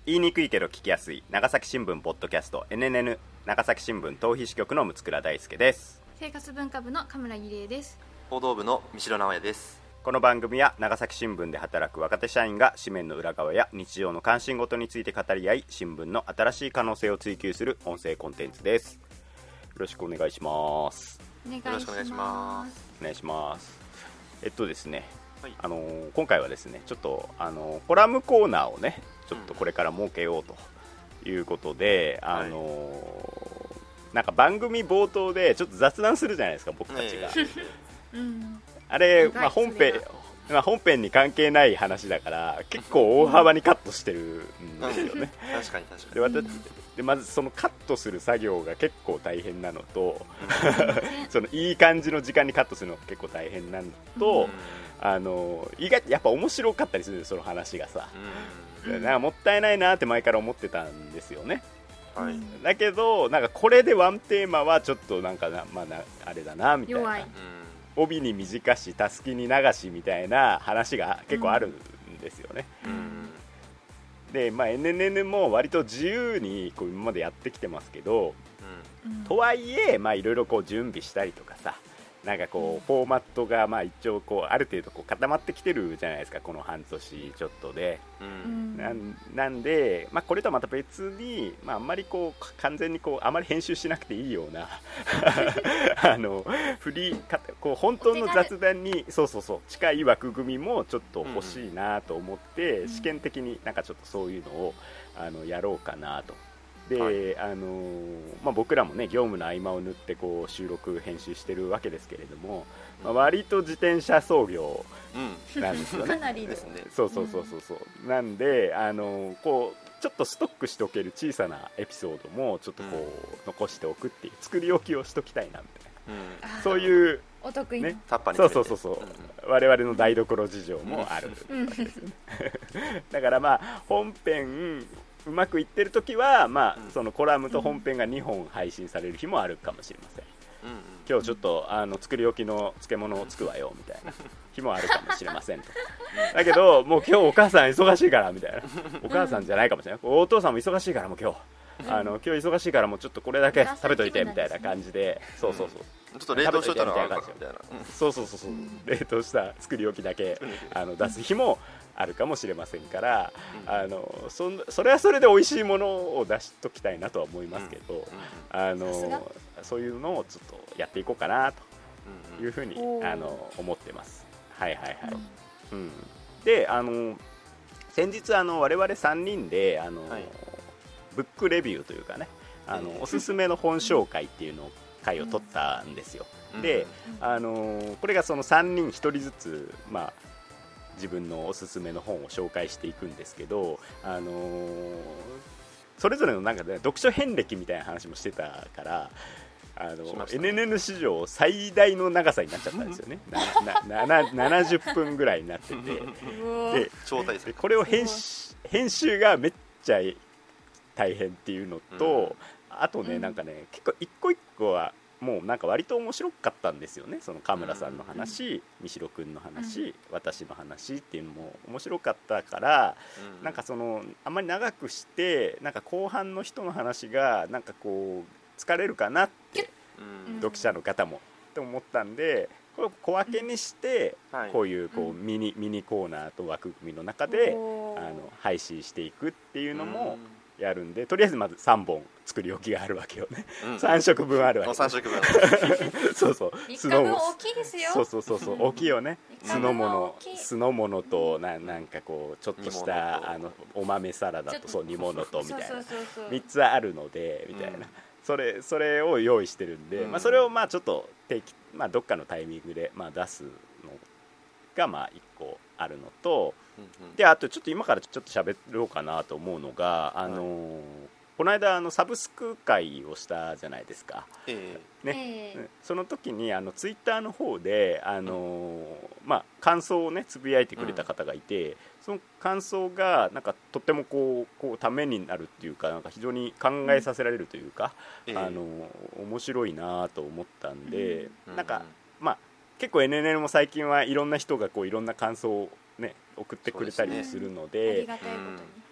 言いにくいけど聞きやすい長崎新聞ポッドキャスト NNN 長崎新聞逃避支局の六倉大輔です。 生活文化部の神村儀礼です。 報道部の三代直也です。 この番組は長崎新聞で働く若手社員が紙面の裏側や日常の関心事について語り合い、新聞の新しい可能性を追求する音声コンテンツです。よろしくお願いします。 よろしくお願いします。 お願いします。ですね、 はい、 今回はですねちょっとコラムコーナーをねちょっとこれから設けようということで、なんか番組冒頭でちょっと雑談するじゃないですか、僕たちが、あれ、本編に関係ない話だから結構大幅にカットしてるんですよね。 確かにでまずそのカットする作業が結構大変なのとそのいい感じの時間にカットするのが結構大変なのと、意外とやっぱ面白かったりするんです、その話がさ、なんかもったいないなって前から思ってたんですよね。 はい、 だけどなんかこれでワンテーマはちょっとなんかあれだなみたいな、 弱い、 帯に短したすきに流しみたいな話が結構あるんですよね。で、NNN も割と自由にこう今までやってきてますけど、とはいえいろいろこう準備したりとかさ、なんかこうフォーマットが一応こうある程度こう固まってきてるじゃないですか、この半年ちょっとで、なんで、これとはまた別に、あんまりこう完全にこうあまり編集しなくていいようなこう本当の雑談にそう近い枠組みもちょっと欲しいなと思って、試験的になんかちょっとそういうのをやろうかなと。で、僕らもね業務の合間を縫ってこう収録編集してるわけですけれども、割と自転車操業なんですよね。 かなりですね。 そうなんでこうちょっとストックしておける小さなエピソードもちょっとこう残しておくっていう作り置きをしときたいなみたいな、そういうお得意の、 タッパーにそう我々の台所事情もあるわけですよね。だから本編うまくいってるときは、そのコラムと本編が2本配信される日もあるかもしれません。今日ちょっと作り置きの漬物をつくわよみたいな日もあるかもしれませんと。だけどもう今日お母さん忙しいからみたいな、お母さんじゃないかもしれない、お父さんも忙しいからもう今日忙しいからもうちょっとこれだけ食べといてみたいな感じで、ちょっと冷凍しといたらみたいな、 そう冷凍した作り置きだけ出す日もあるかもしれませんから、それはそれで美味しいものを出しときたいなとは思いますけど、そういうのをちょっとやっていこうかなというふうに思ってます。で先日我々3人でブックレビューというかね、おすすめの本紹介っていうの回を取ったんですよ。でこれがその3人1人ずつ自分のおすすめの本を紹介していくんですけど、それぞれのなんか、ね、読書遍歴みたいな話もしてたからNNN 史上最大の長さになっちゃったんですよね。70分ぐらいになっててで超大作、 これを編集がめっちゃ大変っていうのと、あとねなんかね結構一個一個はもうなんか割と面白かったんですよね。その神村さんの話、三代くんの話、私の話っていうのも面白かったから、なんかそのあんまり長くしてなんか後半の人の話がなんかこう疲れるかなって、読者の方もって思ったんで、これを小分けにして、こういうこうミニコーナーと枠組みの中で配信していくっていうのもやるんで、とりあえずまず3本作り置きがあるわけよね。3食分あるわけ、 3食分 3日分大きいですよ。 そう大きいよね。酢の物となんかこうちょっとしたお豆サラダと煮物とみたいな3つあるのでみたいな、それを用意してるんで、それをちょっとどっかのタイミングで出すのが1個あるのと、であとちょっと今からちょっと喋ろうかなと思うのが、この間サブスク会をしたじゃないですか、その時にツイッターの方で感想をねつぶやいてくれた方がいて、その感想がなんかとってもこうためになるっていうか、なんか非常に考えさせられるというか、面白いなと思ったんで、なんか結構 NNN も最近はいろんな人がこういろんな感想をね送ってくれたりもするので、 ありがたいことに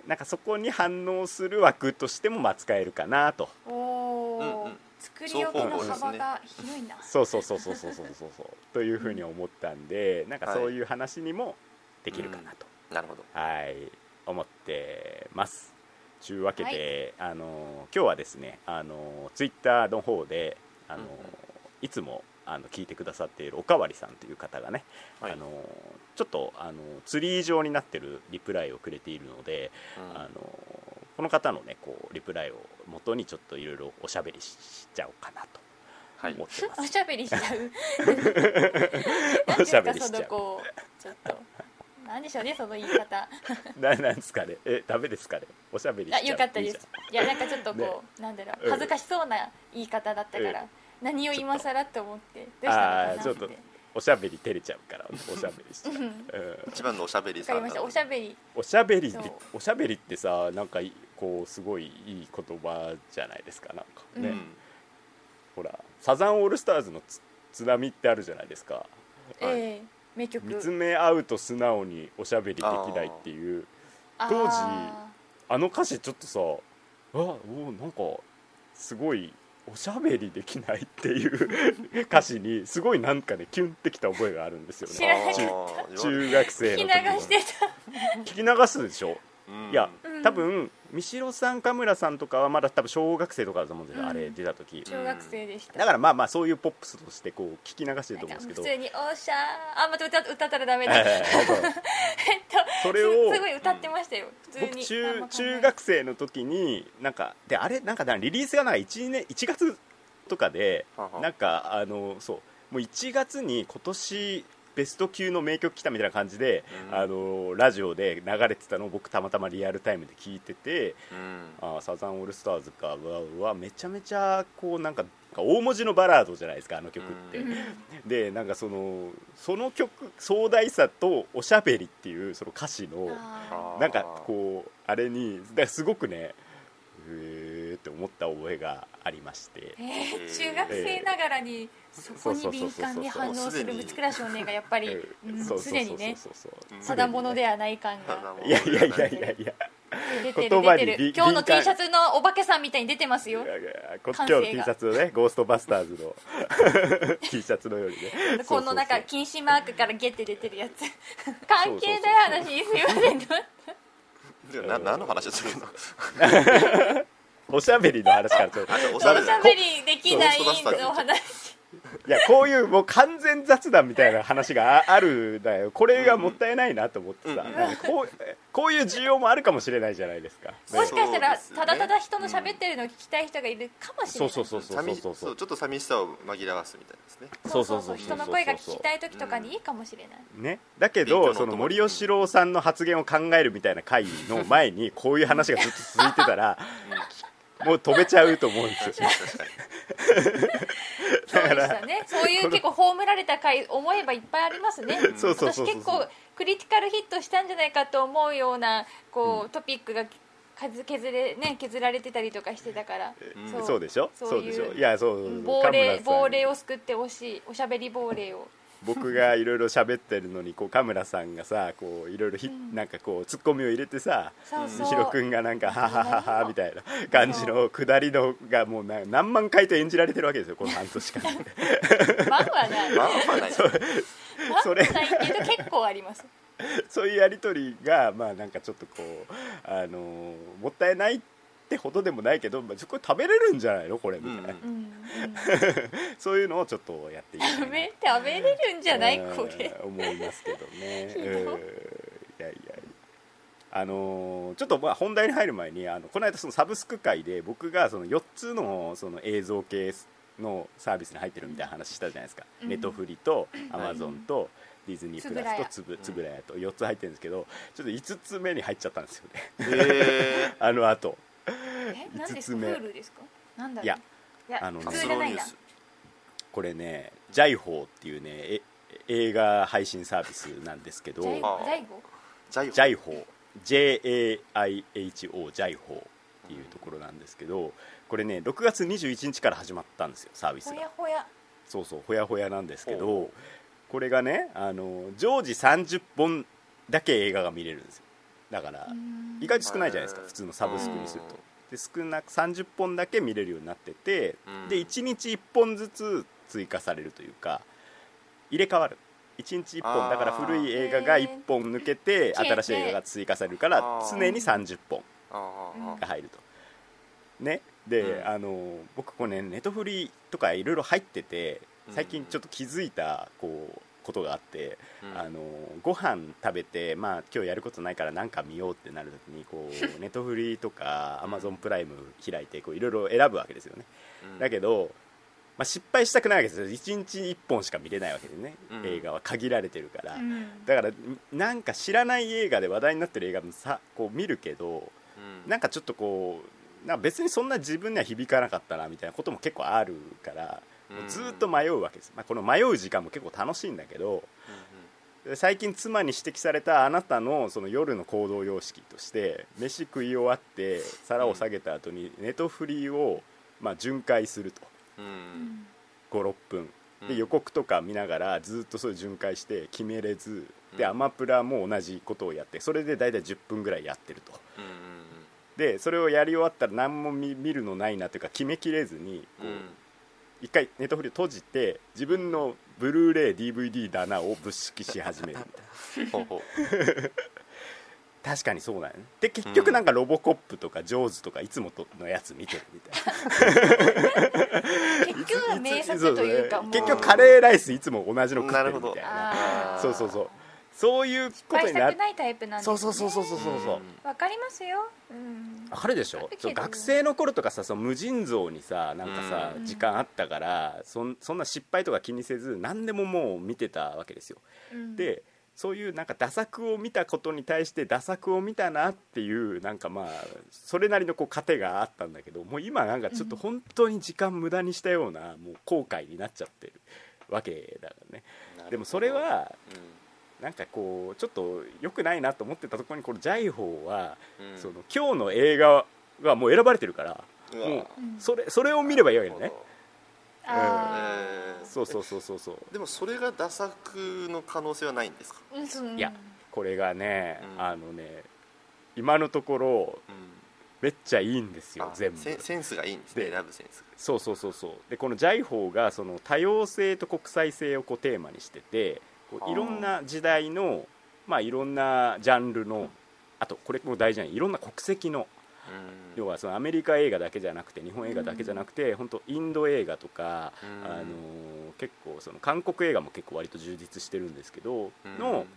なんかそこに反応する枠としても使えるかなと。 おお、作り置きの幅が広いんだ。 そうというふうに思ったんで、なんかそういう話にもできるかなと、 なるほど、 はい思ってます。というわけで、今日はですねツイッターの方でいつも聞いてくださっているおかわりさんという方がね、はい、ちょっとツリー状になってるリプライをくれているので、この方のねこうリプライを元にちょっといろいろおしゃべりしちゃおうかなと思ってます。 おしゃべりしちゃうおしゃべりしちゃう。 こうちょっとなんでしょうね、その言い方なんですかね、ダメですかね、おしゃべりしちゃう。 よかったです。いやなんかちょっとこう、ね、なんだろう、恥ずかしそうな言い方だったから、何を今更って思ってどうしたのかなって。 ちょっとおしゃべり照れちゃうからおしゃべりしちゃう、 一番のおしゃべりさん。わかりました。 おしゃべりおしゃべりってさ、なんかこうすごいいい言葉じゃないですか。なんかね、ほらサザンオールスターズの津波ってあるじゃないですか。 名曲。 見つめ合うと素直におしゃべりできないっていう、当時歌詞ちょっとさ、なんかすごいおしゃべりできないっていう歌詞にすごいなんかねキュンってきた覚えがあるんですよね。中学生の時に聞き流すでしょ。いや多分三代さん、神村さんとかはまだ多分小学生とかだと思うんですよ、あれ出た時。 小学生でした。 だからまあそういうポップスとしてこう聞き流してると思うんですけど、 普通におしゃ待って歌ったらダメだそれをすごい歌ってましたよ、普通に。 僕中学生の時になんかであれなんかリリースがなんか1月とかでなんかそうもう1月に今年ベスト級の名曲来たみたいな感じで、ラジオで流れてたのを僕たまたまリアルタイムで聞いてて、サザンオールスターズかめちゃめちゃこうなんか大文字のバラードじゃないですか、あの曲って。でなんかその曲壮大さとおしゃべりっていうその歌詞のなんかこうあれにすごくねって思った覚えがありまして、 中学生ながらにそこに敏感に反応する六倉少年がやっぱりすでにねただものではない感が。 いや出てる今日の T シャツのお化けさんみたいに出てますよ。 今日の T シャツのねゴーストバスターズのT シャツのようにねこのなんか禁止マークからゲッて出てるやつ関係ない話すいません何の話するのおしゃべりの話からちょっとおしゃべりできないの話。 いやこういうもう完全雑談みたいな話があるんだよ。これがもったいないなと思ってさ、こういう需要もあるかもしれないじゃないですか。 もしかしたらただただ人の喋ってるのを聞きたい人がいるかもしれない。 ちょっと寂しさを紛らわすみたいですね。 そう人の声が聞きたい時とかにいいかもしれないね。だけどその森喜朗さんの発言を考えるみたいな回の前にこういう話がずっと続いてたらもう飛べちゃうと思うんですよ。 そうでしたね。そういう結構葬られた回思えばいっぱいありますね。私結構クリティカルヒットしたんじゃないかと思うようなこうトピックが削られてたりとかしてたから。 そうでしょ。そうでしょ。いやそう亡霊を救ってほしい、おしゃべり亡霊を。 僕がいろいろ喋ってるのにこう神村さんがさこういろいろなんかこうツッコミを入れてさ、みひろくんがなんかハハハハみたいな感じの下りのがもう何万回と演じられてるわけですよ、この半年間で。 まあないそれないけど結構あります。 そういうやり取りがまあなんかちょっとこうもったいないってほどでもないけど、これ食べれるんじゃないのこれみたいな、そういうのをちょっとやっていきたい食べれるんじゃないこれ思いますけどね。いやちょっとまあ本題に入る前にこの間そのサブスク会で僕がその4つのその映像系のサービスに入ってるみたいな話したじゃないですか。ネトフリとアマゾンとディズニープラスとつぶらやと4つ入ってるんですけど、ちょっと5つ目に入っちゃったんですよね。あと5つ目。 Huluですか？なんだろう。 いや普通じゃないんだ。 これねジャイホーっていうね映画配信サービスなんですけど、ジャイホー JAIHO ジャイホーっていうところなんですけど、これね6月21日から始まったんですよ、サービスが。 ほやほや。 そうほやほやなんですけど、これがね常時30本だけ映画が見れるんですよ。 だから意外と少ないじゃないですか、普通のサブスクにすると。で少なく30本だけ見れるようになってて、で1日1本ずつ追加されるというか入れ替わる。1日1本だから古い映画が1本抜けて新しい映画が追加されるから常に30本が入るとね。で、僕これねネトフリとかいろいろ入ってて最近ちょっと気づいたことがあって、ご飯食べて、今日やることないから何か見ようってなるときにネトフリとかアマゾンプライム開いていろいろ選ぶわけですよね。だけど失敗したくないわけですよ。1日1本しか見れないわけでね、映画は限られてるから、だからなんか知らない映画で話題になってる映画も見るけど、なんかちょっとなんか別にそんな自分には響かなかったなみたいなことも結構あるから、もうずっと迷うわけです。この迷う時間も結構楽しいんだけど、最近妻に指摘されたあなたのその夜の行動様式として、飯食い終わって皿を下げた後にネトフリを巡回すると、5、6分で予告とか見ながらずっとそれ巡回して決めれずで、アマプラも同じことをやって、それで大体10分ぐらいやってると。でそれをやり終わったら何も見るのないなというか決めきれずに一回ネットフリを閉じて自分のブルーレイ DVD 棚を物色し始めるみたいな確かにそうだよね。で結局なんかロボコップとかジョーズとかいつものやつ見てるみたいな結局は名作というか、 結局カレーライスいつも同じの食ってるみたいな、そういうことになって、失敗したくないタイプなんですね。 そうわかりますよ。 わかるでしょ。学生の頃とかさ、その無尽蔵にさなんかさ、時間あったからそんな失敗とか気にせず何でももう見てたわけですよ。でそういうなんかダ作を見たことに対してダ作を見たなっていうなんかそれなりの糧があったんだけど、もう今なんかちょっと本当に時間無駄にしたようなもう後悔になっちゃってるわけだからね。でもそれはなんかちょっと良くないなと思ってたところにこのジャイホーは、その今日の映画がもう選ばれてるから、もうそれを見ればいいわけだね。そうでもそれがダ作の可能性はないんですか？ いやこれがね、今のところ、めっちゃいいんですよ。全部センスがいいんですね、選ぶセンスが。そうでこのジャイホーがその多様性と国際性をテーマにしてて、いろんな時代の、いろんなジャンルの、あとこれも大事なの、いろんな国籍の、要はそのアメリカ映画だけじゃなくて日本映画だけじゃなくて、本当インド映画とか、結構その韓国映画も結構割と充実してるんですけどの、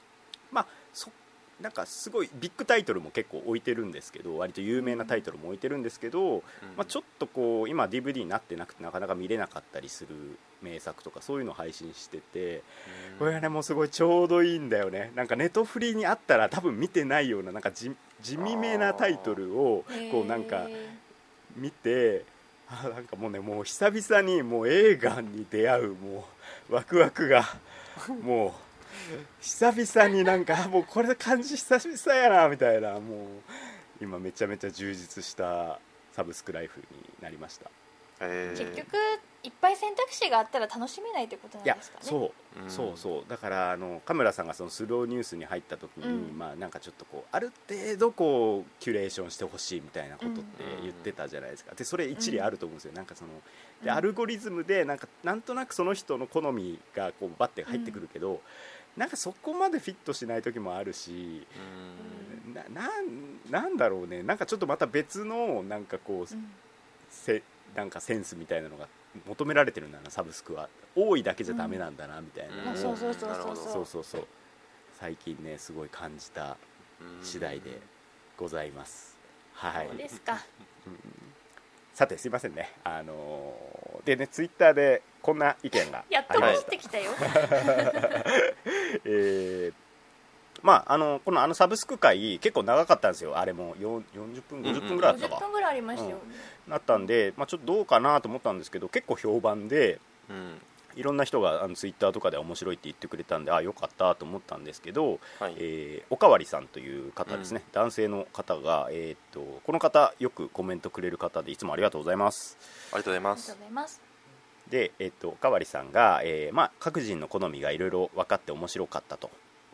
なんかすごいビッグタイトルも結構置いてるんですけど、割と有名なタイトルも置いてるんですけど、ちょっと今 DVD になってなくてなかなか見れなかったりする名作とかそういうのを配信してて、これがねもうすごいちょうどいいんだよね。なんかネトフリにあったら多分見てないようななんか地味めなタイトルをなんか見て、なんかもうねもう久々にもう映画に出会うもうワクワクがもう久々になんかもうこれ感じ久々やなみたいな、もう今めちゃめちゃ充実したサブスクライフになりました。 結局いっぱい選択肢があったら楽しめないってことなんですかね。 そうだからカメラさんがそのスローニュースに入った時に、なんかちょっとある程度キュレーションしてほしいみたいなことって言ってたじゃないですか。でそれ一理あると思うんですよ。なんかそのでアルゴリズムでなんとなくその人の好みがバッて入ってくるけど、なんかそこまでフィットしない時もあるし、なんだろうね、なんかちょっとまた別のなんかなんかセンスみたいなのが求められてるんだな、サブスクは多いだけじゃダメなんだなみたいなのを、そう最近ねすごい感じた次第でございます。はい。 そうですか。 さてすいませんね、でねツイッターでこんな意見がありました。 やっと切ってきたよこのサブスク会結構長かったんですよ。あれも40分50分ぐらいあったか、 50分ぐらいありましたよ、 なったんで、ちょっとどうかなと思ったんですけど、結構評判で、いろんな人がツイッターとかで面白いって言ってくれたんで、よかったと思ったんですけど、おかわりさんという方ですね、男性の方が、この方よくコメントくれる方でいつもありがとうございます。 ありがとうございます。 で、おかわりさんが、各人の好みがいろいろ分かって面白かったと。で、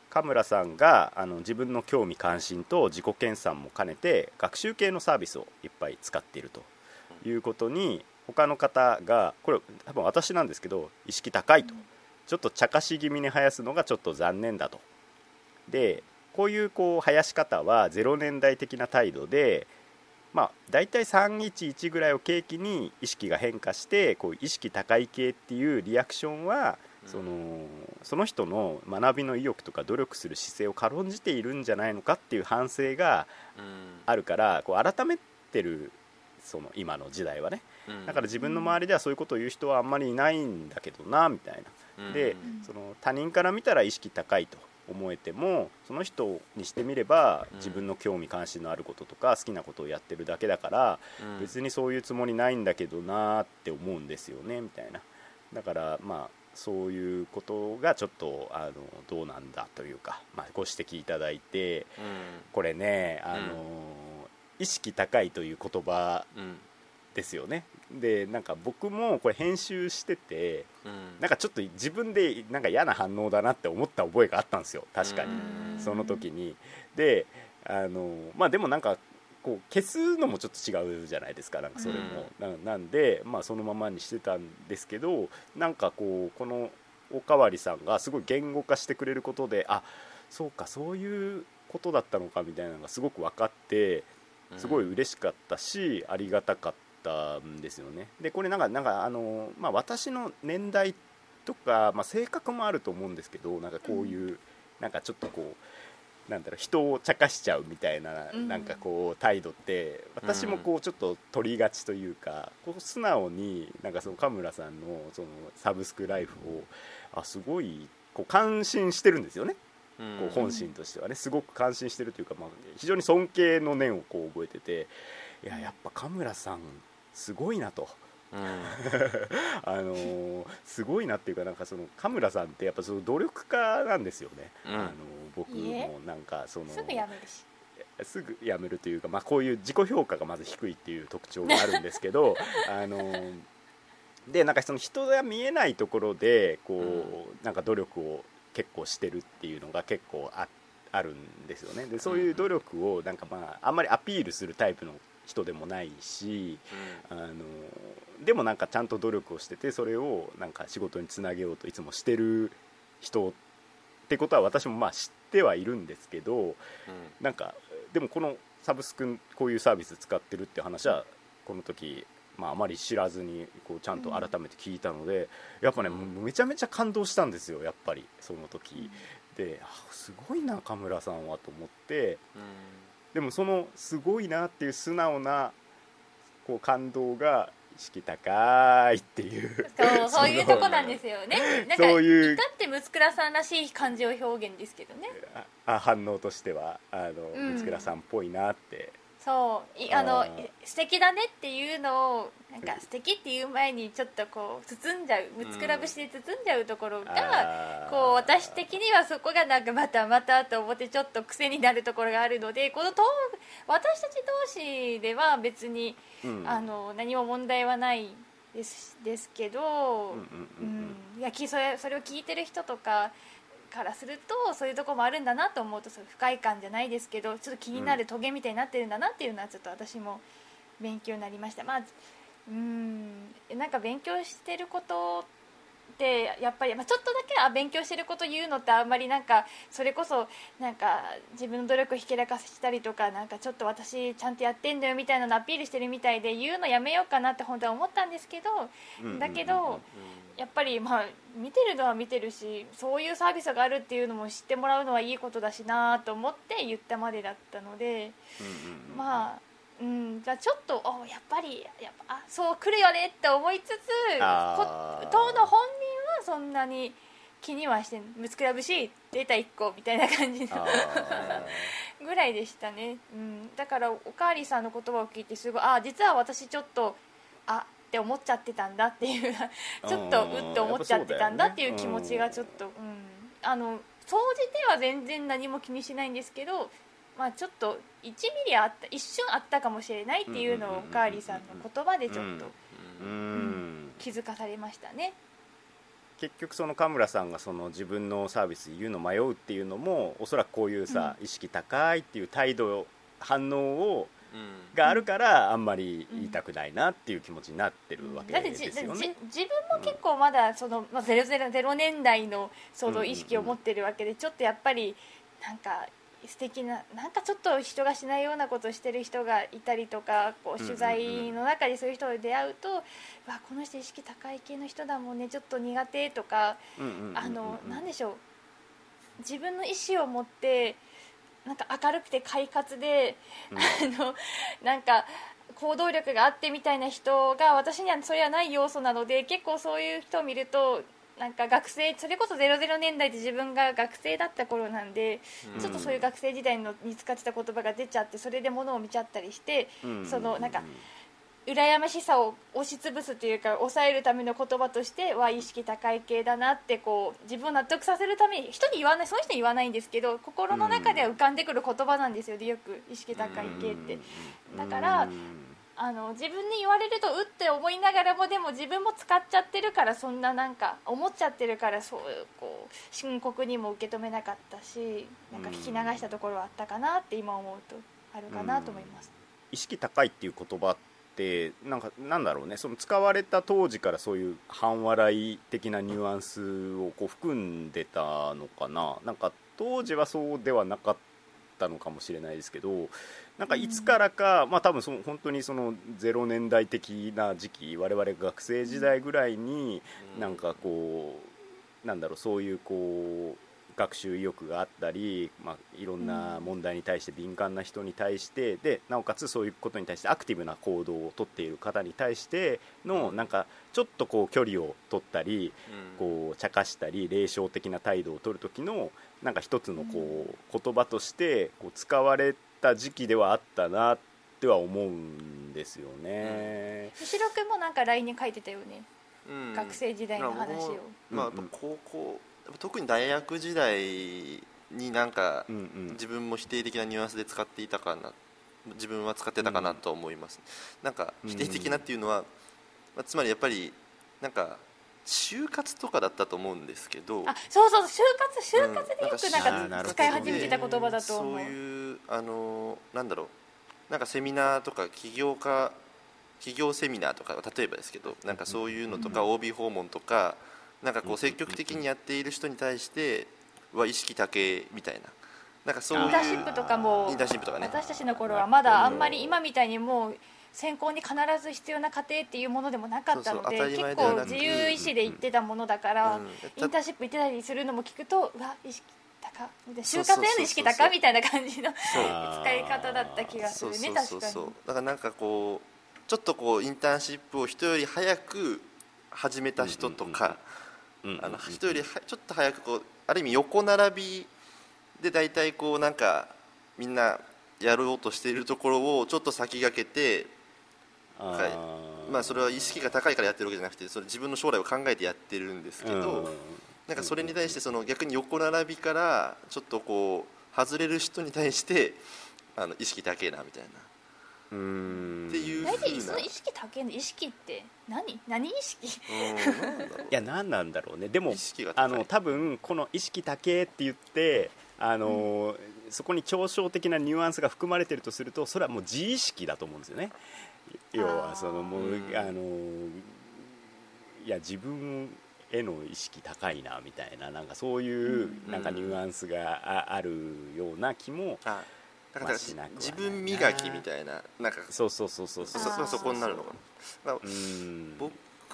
神村さんが自分の興味関心と自己研鑽も兼ねて学習系のサービスをいっぱい使っているということに、他の方が、これ多分私なんですけど、意識高いと、ちょっと茶化し気味に生やすのがちょっと残念だと。でこういう生やし方は0年代的な態度で、だいたい311ぐらいを契機に意識が変化して、こう意識高い系っていうリアクションはその人の学びの意欲とか努力する姿勢を軽んじているんじゃないのかっていう反省があるから、改めてる今の時代はね。だから自分の周りではそういうことを言う人はあんまりいないんだけどなみたいな。で他人から見たら意識高いと思えても、その人にしてみれば自分の興味関心のあることとか好きなことをやってるだけだから、別にそういうつもりないんだけどなって思うんですよねみたいな。だからそういうことがちょっとどうなんだというか、ご指摘いただいて、これね意識高いという言葉ですよね。で僕もこれ編集してて、ちょっと自分で嫌な反応だなって思った覚えがあったんですよ、確かにその時に。ででも消すのもちょっと違うじゃないですか、それも、なんで、そのままにしてたんですけど、このおかわりさんがすごい言語化してくれることで、そうかそういうことだったのかみたいなのがすごく分かって、すごい嬉しかったし、ありがたかったんですよね。でこれ私の年代とか、性格もあると思うんですけど、こういうちょっと人を茶化しちゃうみたいな、態度って私もちょっと取りがちというか、素直にその神村さんのそのサブスクライフをすごい感心してるんですよね。本心としてはね、すごく感心してるというか、非常に尊敬の念を覚えてて、やっぱ神村さんすごいなと。すごいなっていうか、その神村さんってやっぱその努力家なんですよね。僕もすぐやめるし、すぐやめるというか、こういう自己評価がまず低いっていう特徴があるんですけどでその人が見えないところで努力を結構してるっていうのが結構あるんですよね。でそういう努力をあんまりアピールするタイプの人でもないし、でもちゃんと努力をしてて、それを仕事につなげようといつもしてる人ってことは私も知ってはいるんですけど、でもこのサブスクこういうサービス使ってるって話はこの時あまり知らずにちゃんと改めて聞いたので、やっぱねめちゃめちゃ感動したんですよ、やっぱりその時で。すごいな神村さんはと思って、でもそのすごいなっていう素直な感動が意識高いっていうそういうとこなんですよね。そういう至ってムツクラさんらしい感情表現ですけどね。 反応としてはムツクラさんっぽいなって。 そう素敵だねっていうのを素敵っていう前にちょっと包んじゃう、ムツクラ節で包んじゃうところが私的にはそこがまたまたと思ってちょっと癖になるところがあるので、私たち同士では別に何も問題はないですけど、それを聞いてる人とかからするとそういうところもあるんだなと思うと、そういう不快感じゃないですけど、ちょっと気になるトゲみたいになってるんだなっていうのはちょっと私も勉強になりました。勉強してることってやっぱり、ちょっとだけ勉強してること言うのってあんまりそれこそ自分の努力をひけらかしたりとか、ちょっと私ちゃんとやってんだよみたいなのアピールしてるみたいで言うのやめようかなって本当は思ったんですけど、だけどやっぱり見てるのは見てるし、そういうサービスがあるっていうのも知ってもらうのはいいことだしなと思って言ったまでだったので、じゃあちょっとやっぱそう来るよねって思いつつ、当の本人はそんなに気にはしてムツクラ節データ1個みたいな感じのぐらいでしたね。だからおかわりさんの言葉を聞いてすごい実は私ちょっとって思っちゃってたんだっていうちょっとって思っちゃってたんだっていう気持ちがちょっと総じては全然何も気にしないんですけど、ちょっと1ミリ一瞬あったかもしれないっていうのをおかわりさんの言葉でちょっと気づかされましたね。 結局その神村さんがその自分のサービス言うの迷うっていうのもおそらくこういうさ、意識高いっていう態度反応をがあるからあんまり言いたくないなっていう気持ちになってるわけですよね。 だって自分も結構まだその、000年代のその意識を持ってるわけで、ちょっとやっぱりなんか素敵な、なんかちょっと人がしないようなことをしてる人がいたりとか、こう取材の中でそういう人と出会うと、わこの人意識高い系の人だもんね、ちょっと苦手とか、なんでしょう、自分の意思を持ってなんか明るくて快活で、なんか行動力があってみたいな人が私にはそれはない要素なので、結構そういう人を見るとなんか学生、それこそ00年代で自分が学生だった頃なんで、ちょっとそういう学生時代のに使ってた言葉が出ちゃって、それで物を見ちゃったりして、そのなんか羨ましさを押しつぶすというか抑えるための言葉としては意識高い系だなって、こう自分を納得させるために人に言わない、その人に言わないんですけど、心の中では浮かんでくる言葉なんですよね、よく意識高い系って。だから自分に言われるとうって思いながらも、でも自分も使っちゃってるから、そんななんか思っちゃってるから、そういうこう深刻にも受け止めなかったし、なんか聞き流したところはあったかなって今思うとあるかなと思います。 意識高いっていう言葉ってなんだろうね、その使われた当時からそういう半笑い的なニュアンスをこう含んでたのかな。なんか当時はそうではなかったのかもしれないですけど、なんかいつからか、多分本当にその0年代的な時期、我々学生時代ぐらいになんかこうなんだろう、そういうこう学習意欲があったり、いろんな問題に対して敏感な人に対して、でなおかつそういうことに対してアクティブな行動をとっている方に対してのなんかちょっとこう距離を取ったり、こう茶化したり霊障的な態度を取る時のなんか一つのこう言葉としてこう使われた時期ではあったなっては思うんですよね。 後ろくんもなんか LINE に書いてたよね、学生時代の話を。 高校、特に大学時代になんか自分も否定的なニュアンスで使っていたかな、自分は使ってたかなと思います。なんか否定的なっていうのは、つまりやっぱりなんか就活とかだったと思うんですけど、 そう就活でよくなんか使い始めてた言葉だと思う。 そういうなんだろう、なんかセミナーとか企業セミナーとか、例えばですけど、なんかそういうのとか OB 訪問とか、なんかこう積極的にやっている人に対しては意識高みたいな、なんかそういうインターンシップとかも、私たちの頃はまだあんまり今みたいにもう選考に必ず必要な過程っていうものでもなかったので、結構自由意志で行ってたものだから、インターンシップ行ってたりするのも聞くと、うわ意識高みたいな、就活への意識高みたいな感じの使い方だった気がするね。確かに。 だからなんかこうちょっとこうインターンシップを人より早く始めた人とか、人よりちょっと早くこうある意味横並びで大体こうなんかみんなやろうとしているところをちょっと先駆けて、それは意識が高いからやってるわけじゃなくて、それ自分の将来を考えてやってるんですけど、なんかそれに対してその逆に横並びからちょっとこう外れる人に対して意識高いなみたいな。っていう大体その意識高いの意識って何意識いや何なんだろうね。でも多分この意識高って言ってそこに抽象的なニュアンスが含まれているとすると、それはもう自意識だと思うんですよね。要はそのもういや自分への意識高いなみたいな、なんかそういうなんかニュアンスがあるような気もだから自分磨きみたいな、なんかそうそこになるのかな。僕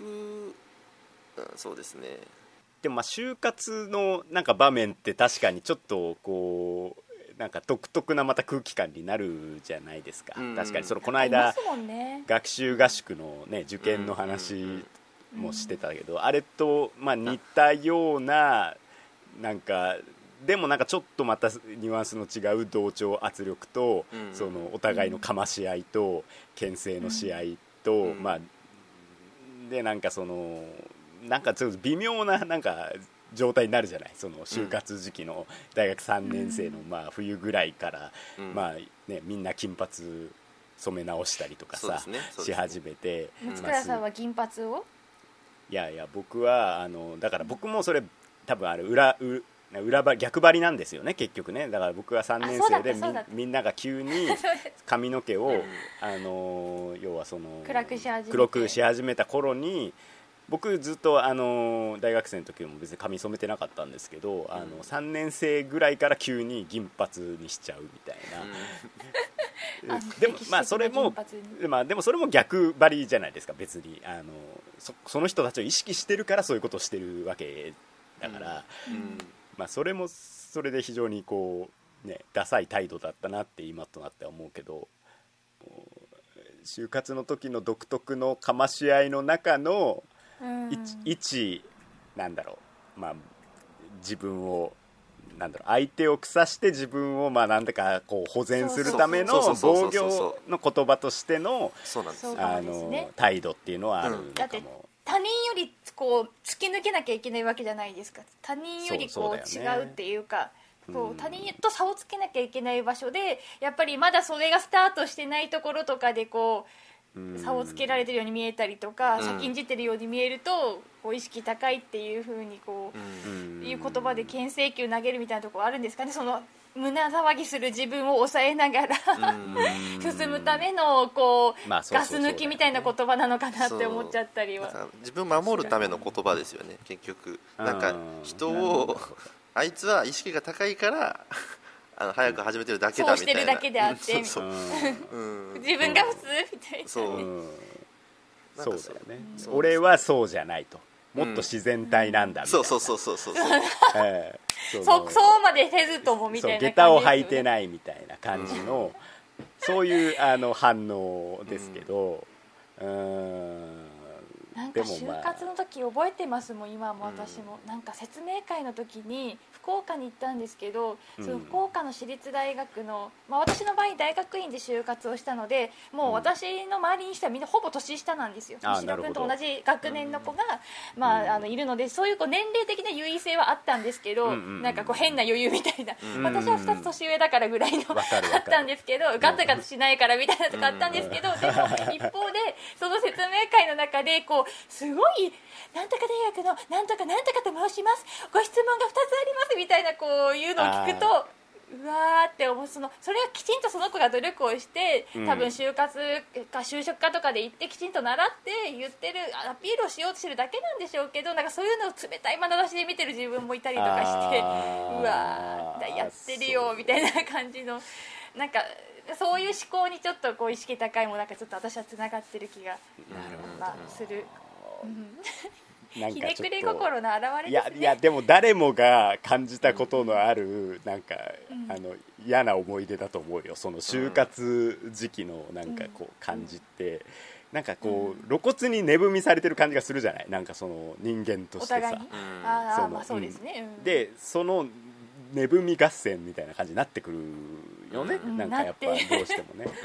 そうですね。 でも就活のなんか場面って確かにちょっとこうなんか独特なまた空気感になるじゃないですか。確かにこの間学習合宿のね受験の話もしてたけど、あれと似たようななんかでもなんかちょっとまたニュアンスの違う同調圧力と、そのお互いのかまし合いと牽制の試合と、でなんかそのなんかちょっと微妙ななんか状態になるじゃない。その就活時期の大学3年生の冬ぐらいから、みんな金髪染め直したりとかさ、し始めて。 松倉さんは銀髪をいやいや僕はだから僕もそれ多分あれ逆張りなんですよね結局ね。だから僕は3年生でみんなが急に髪の毛を要はその黒くし始めた頃に、僕ずっと大学生の時も別に髪染めてなかったんですけど、3年生ぐらいから急に銀髪にしちゃうみたいな、でもまあそれもでもそれも逆張りじゃないですか別に。その人たちを意識してるからそういうことをしてるわけだから、まあ、それもそれで非常にこうねダサい態度だったなって今となっては思うけど、就活の時の独特のかまし合いの中の一なんだろう、まあ自分をなんだろう相手を腐して自分をまあなんだかこう保全するための防御の言葉としての態度っていうのはあるのかも。 他人よりこう突き抜けなきゃいけないわけじゃないですか。他人よりこう違うっていうか、他人と差をつけなきゃいけない場所でやっぱりまだそれがスタートしてないところとかでこう差をつけられてるように見えたりとか、先んじてるように見えるとこう意識高いっていう風にこういう言葉で牽制球投げるみたいなところあるんですかね。その胸騒ぎする自分を抑えながら進むためのこうガス抜きみたいな言葉なのかなって思っちゃったりは。 自分を守るための言葉ですよね結局。なんか人をあいつは意識が高いから早く始めてるだけだみたいな、そうしてるだけであって自分が普通みたいな、 そうだよね。俺はそうじゃないと、もっと自然体なんだみたいな、 そうまでせずともみたいな感じ下駄を履いてないみたいな感じの、そういう反応ですけど、 なんか就活の時覚えてますもん今も私も。なんか説明会の時に福岡に行ったんですけど、その福岡の私立大学の、私の場合大学院で就活をしたので、もう私の周りにしたらみんなほぼ年下なんですよ。西野君と同じ学年の子が、いるので、そういう年齢的な優位性はあったんですけど、なんかこう変な余裕みたいな、私は2つ年上だからぐらいのあったんですけど、ガタガタしないからみたいなとかあったんですけど、でも一方でその説明会の中でこうすごいなんとか大学のなんとかなんとかと申します、ご質問が2つありますみたいなこういうのを聞くと、うわーって思う。それはきちんとその子が努力をして多分就活か就職かとかで行ってきちんと習って言ってるアピールをしようとしてるだけなんでしょうけど、なんかそういうのを冷たい眼差しで見てる自分もいたりとかして、うわーやってるよみたいな感じの、なんかそういう思考にちょっとこう意識高いもなんかちょっと私はつながってる気がする。ひねくれ心の表れですね。 いやでも誰もが感じたことのあるなんか、嫌な思い出だと思うよ。その就活時期のなんかこう感じって、なんかこう露骨に値踏みされてる感じがするじゃない。なんかその人間としてさ、 お互いにそうですね、 でその値踏み合戦みたいな感じになってくるよね、なんかやっぱどうしてもね、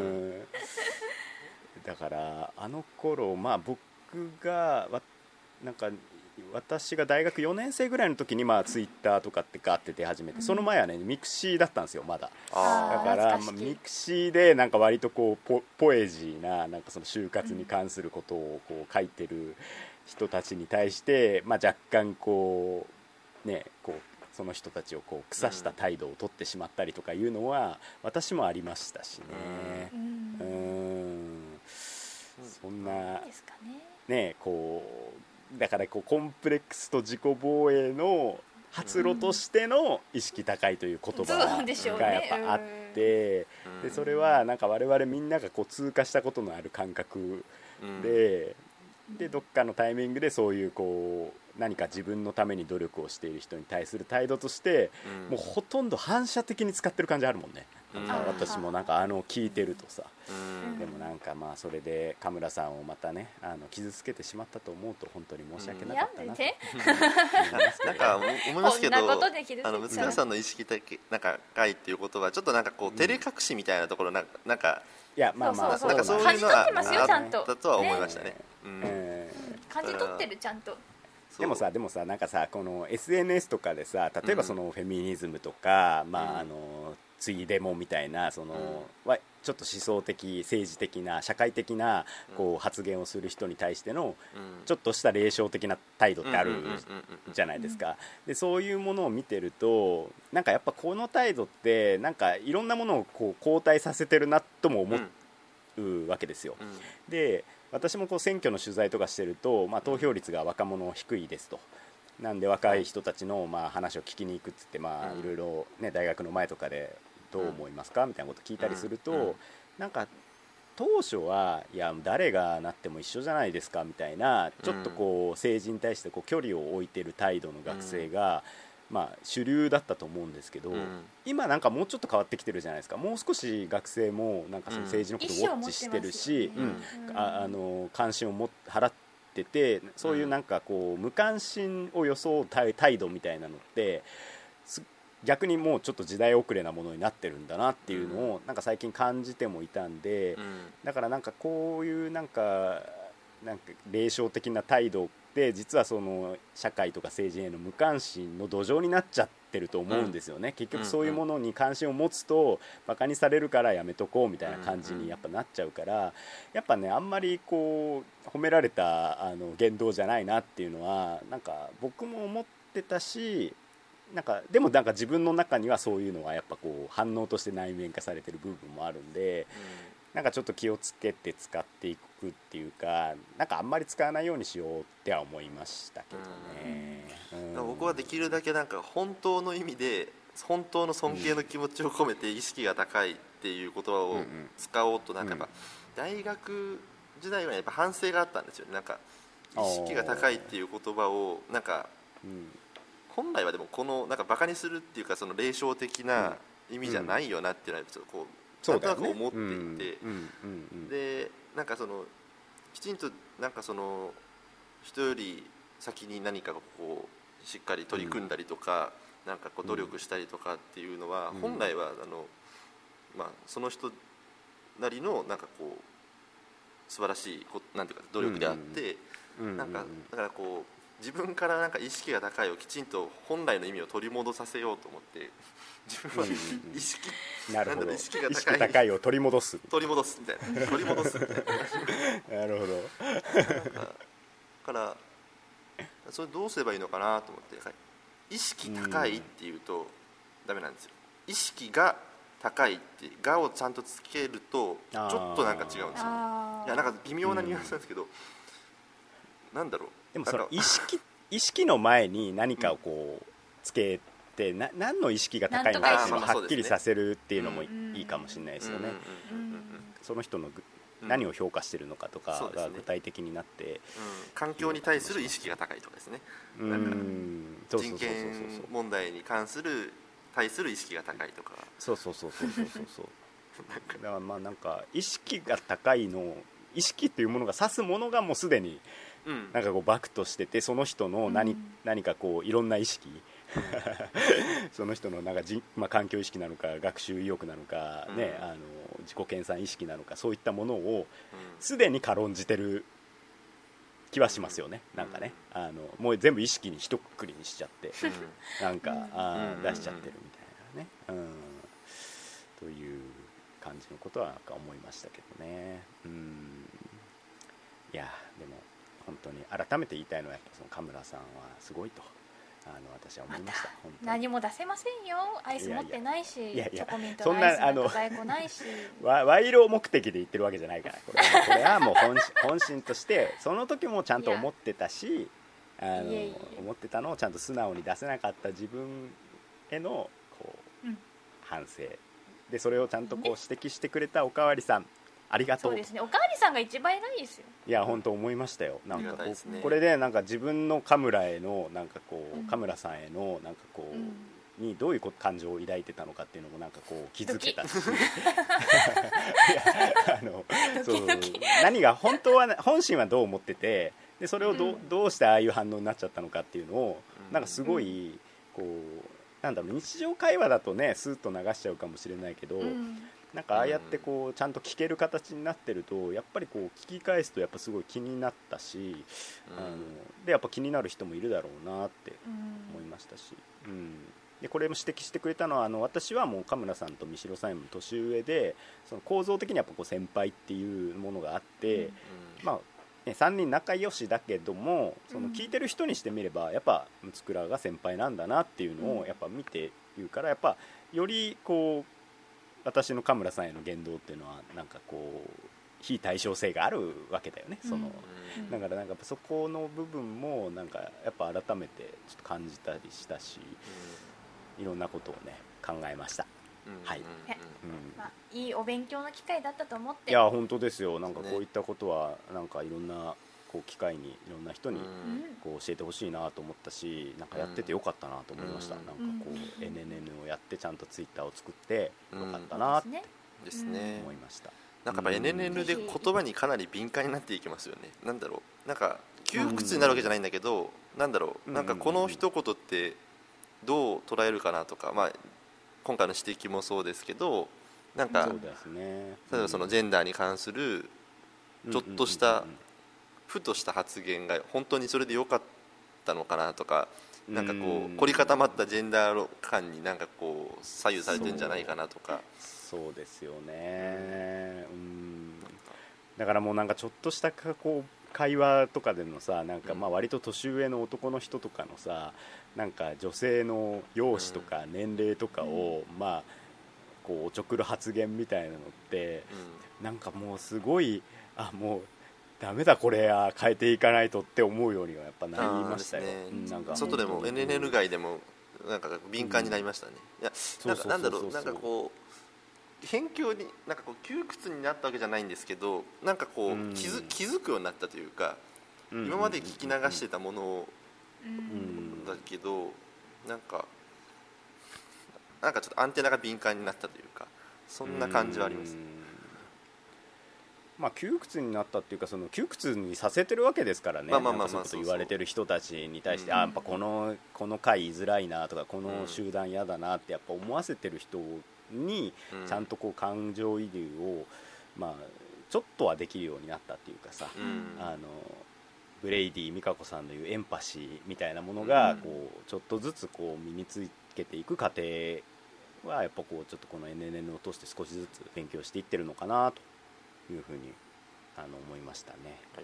だからあの頃僕がなんか私が大学4年生ぐらいの時にツイッターとかってガーって出始めて、その前はねミクシーだったんですよまだ。だからミクシーでなんか割とこうポエジーな、なんかその就活に関することをこう書いてる人たちに対して、若干こうねこうその人たちをこう腐した態度を取ってしまったりとかいうのは私もありましたしね。そんなねこうだからこうコンプレックスと自己防衛の発露としての意識高いという言葉がやっぱあって、でそれはなんか我々みんながこう通過したことのある感覚で、どっかのタイミングでそういうこう何か自分のために努力をしている人に対する態度として、もうほとんど反射的に使ってる感じあるもんね。私もなんか聞いてるとさ、でもなんかそれで神村さんをまたね傷つけてしまったと思うと本当に申し訳なかったなとなんか思いますけど、六川さんの意識高いっていうことはちょっとなんかこう照れ隠しみたいなところなんかいやなんかそういうのはあったとは思いましたね。 感じ取ってるちゃんと。 でもさなんかさこの SNS とかでさ、例えばそのフェミニズムとか、ツイデモみたいなその、 ちょっと思想的政治的な社会的なこう発言をする人に対してのちょっとした冷笑的な態度ってあるじゃないですか。でそういうものを見てるとなんかやっぱこの態度ってなんかいろんなものをこう後退させてるなとも思うわけですよ。で私もこう選挙の取材とかしてると、まあ、投票率が若者低いですと。なんで若い人たちのまあ話を聞きに行くっつってまあいろいろね大学の前とかでどう思いますかみたいなこと聞いたりするとなんか当初はいや誰がなっても一緒じゃないですかみたいなちょっとこう政治に対してこう距離を置いてる態度の学生がまあ主流だったと思うんですけど今なんかもうちょっと変わってきてるじゃないですか。もう少し学生もなんかその政治のことをウォッチしてるし関心を払っててそういうなんかこう無関心を装う態度みたいなのって逆にもうちょっと時代遅れなものになってるんだなっていうのをなんか最近感じてもいたんでだからなんかこういうなんか冷笑的な態度って実はその社会とか政治への無関心の土壌になっちゃってると思うんですよね。結局そういうものに関心を持つとバカにされるからやめとこうみたいな感じにやっぱなっちゃうからやっぱねあんまりこう褒められた言動じゃないなっていうのはなんか僕も思ってたしなんかでもなんか自分の中にはそういうのはやっぱこう反応として内面化されてる部分もあるんでなんかちょっと気をつけて使っていくっていうかなんかあんまり使わないようにしようっては思いましたけどね。 僕はできるだけなんか本当の意味で本当の尊敬の気持ちを込めて意識が高いっていう言葉を使おうとなんかやっぱ大学時代はやっぱ反省があったんですよね。なんか意識が高いっていう言葉をなんか本来はでもこのなんかバカにするっていうかその霊笑的な意味じゃないよなっていうのはちょっとこうなんとなく思っていてでなんかそのきちんとなんかその人より先に何かこうしっかり取り組んだりとかなんかこう努力したりとかっていうのは本来はまあその人なりのなんかこう素晴らしいなんていうか努力であってなんかだからこう自分からなんか意識が高いをきちんと本来の意味を取り戻させようと思って自分は意識なるほど意識高いを取り戻すみたいな取り戻すみたいななるほどだからそれどうすればいいのかなと思って意識高いっていうとダメなんですよ。意識が高いって「が」をちゃんとつけるとちょっとなんか違うんですよね。いやなんか微妙なニュアンスなんですけどなんだろうでもその意識の前に何かをこうつけて何の意識が高いのかっていうのをはっきりさせるっていうのもいいかもしれないですよね。その人の何を評価してるのかとかが具体的になって、 環境に対する意識が高いとかですね。人権問題に対する意識が高いとかそうだからまあなんか意識が高いの意識っていうものが指すものがもうすでになんかこうバクとしててその人の何かこういろんな意識その人のなんか環境意識なのか学習意欲なのか、ね自己研鑽意識なのかそういったものをすでに軽んじてる気はしますよね。なんかねもう全部意識に一括りにしちゃってなんか出しちゃってるみたいなねという感じのことはなんか思いましたけどね。いやでも本当に改めて言いたいのはやっぱその神村さんはすごいと私は思いました。本当に何も出せませんよ。アイス持ってないしチョコミントのアイスなんか在庫ないし賄賂目的で言ってるわけじゃないからこれはもう本心としてその時もちゃんと思ってたし思ってたのをちゃんと素直に出せなかった自分へのこう、反省でそれをちゃんとこう指摘してくれたおかわりさんありがとう。 そうですね。おかわりさんが一番偉いですよ。 いや本当思いましたよ。なんかこれでなんか自分の神村へのなんかこう神村さんへのなんかこうにどういう感情を抱いてたのかっていうのもなんかこう気づけたし何が本当は本心はどう思っててでそれをどうしてああいう反応になっちゃったのかっていうのをなんかすごいこうなんだろう日常会話だとねスーッと流しちゃうかもしれないけどなんかああやってこうちゃんと聞ける形になってるとやっぱりこう聞き返すとやっぱすごい気になったしでやっぱ気になる人もいるだろうなって思いましたし、 でこれも指摘してくれたのは私はもう神村さんと三代さんよりも年上で、その構造的にやっぱこう先輩っていうものがあって、まあ3人仲良しだけども、その聞いてる人にしてみればやっぱ六倉が先輩なんだなっていうのをやっぱ見て言うから、やっぱよりこう私の神村さんへの言動っていうのはなんかこう非対称性があるわけだよね。だからなんかそこの部分もなんかやっぱ改めてちょっと感じたりしたし、いろんなことをね考えました。はい、 まあ、いいお勉強の機会だったと思って。 いや本当ですよ。なんかこういったことはなんかいろんなこう機会にいろんな人にこう教えてほしいなと思ったし、なんかやっててよかったなと思いました。なんかこう NNN をやってちゃんとツイッターを作ってよかったなって思いました。 なんかやっぱ NNN で言葉にかなり敏感になっていきますよね。なんだろう、なんか窮屈になるわけじゃないんだけど、なんだろう、なんかこの一言ってどう捉えるかなとか、まあ今回の指摘もそうですけど、なんかそうですね、 例えばそのジェンダーに関するちょっとしたふとした発言が本当にそれで良かったのかなとか、なんかこう凝り固まったジェンダー感になんかこう左右されてるんじゃないかなとか。 そうですよね。だからもうなんかちょっとしたこう会話とかでのさ、なんかまあ割と年上の男の人とかのさ、なんか女性の容姿とか年齢とかをまあこうおちょくる発言みたいなのってなんかもうすごい、あもうダメだこれは変えていかないとって思うようにはやっぱなりましたよ。 なんか外でも NNN 外でもなんか敏感になりましたね。いやなんだろう、なんかこう辺境になんかこう窮屈になったわけじゃないんですけど、なんかこう気づくようになったというか、今まで聞き流してたものだけど、なんかちょっとアンテナが敏感になったというか、そんな感じはあります。 まあ、窮屈になったっていうか、その窮屈にさせてるわけですからね。そういうこと言われてる人たちに対して、やっぱこの回居づらいなとか、この集団嫌だなってやっぱ思わせてる人にちゃんとこう感情移入をまあちょっとはできるようになったっていうかさ、ブレイディ美香子さんのいうエンパシーみたいなものがこうちょっとずつこう身につけていく過程はやっぱこうちょっとこの NNN を通して少しずつ勉強していってるのかなというふうに思いましたね。はい、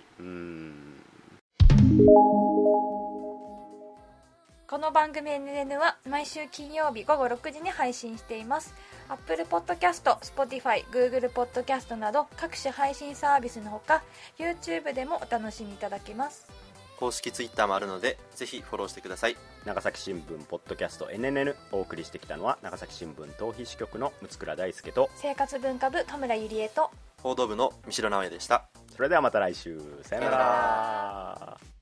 この番組 NNN は毎週金曜日午後6時に配信しています。 Apple Podcast、Spotify、Google Podcast など各種配信サービスのほか YouTube でもお楽しみいただけます。 公式 Twitter もあるのでぜひフォローしてください。 長崎新聞ポッドキャスト NNN お送りしてきたのは長崎新聞逃避支局の六倉大輔と生活文化部田村ゆりえと報道部の三代直哉でした。 それではまた来週、さよなら。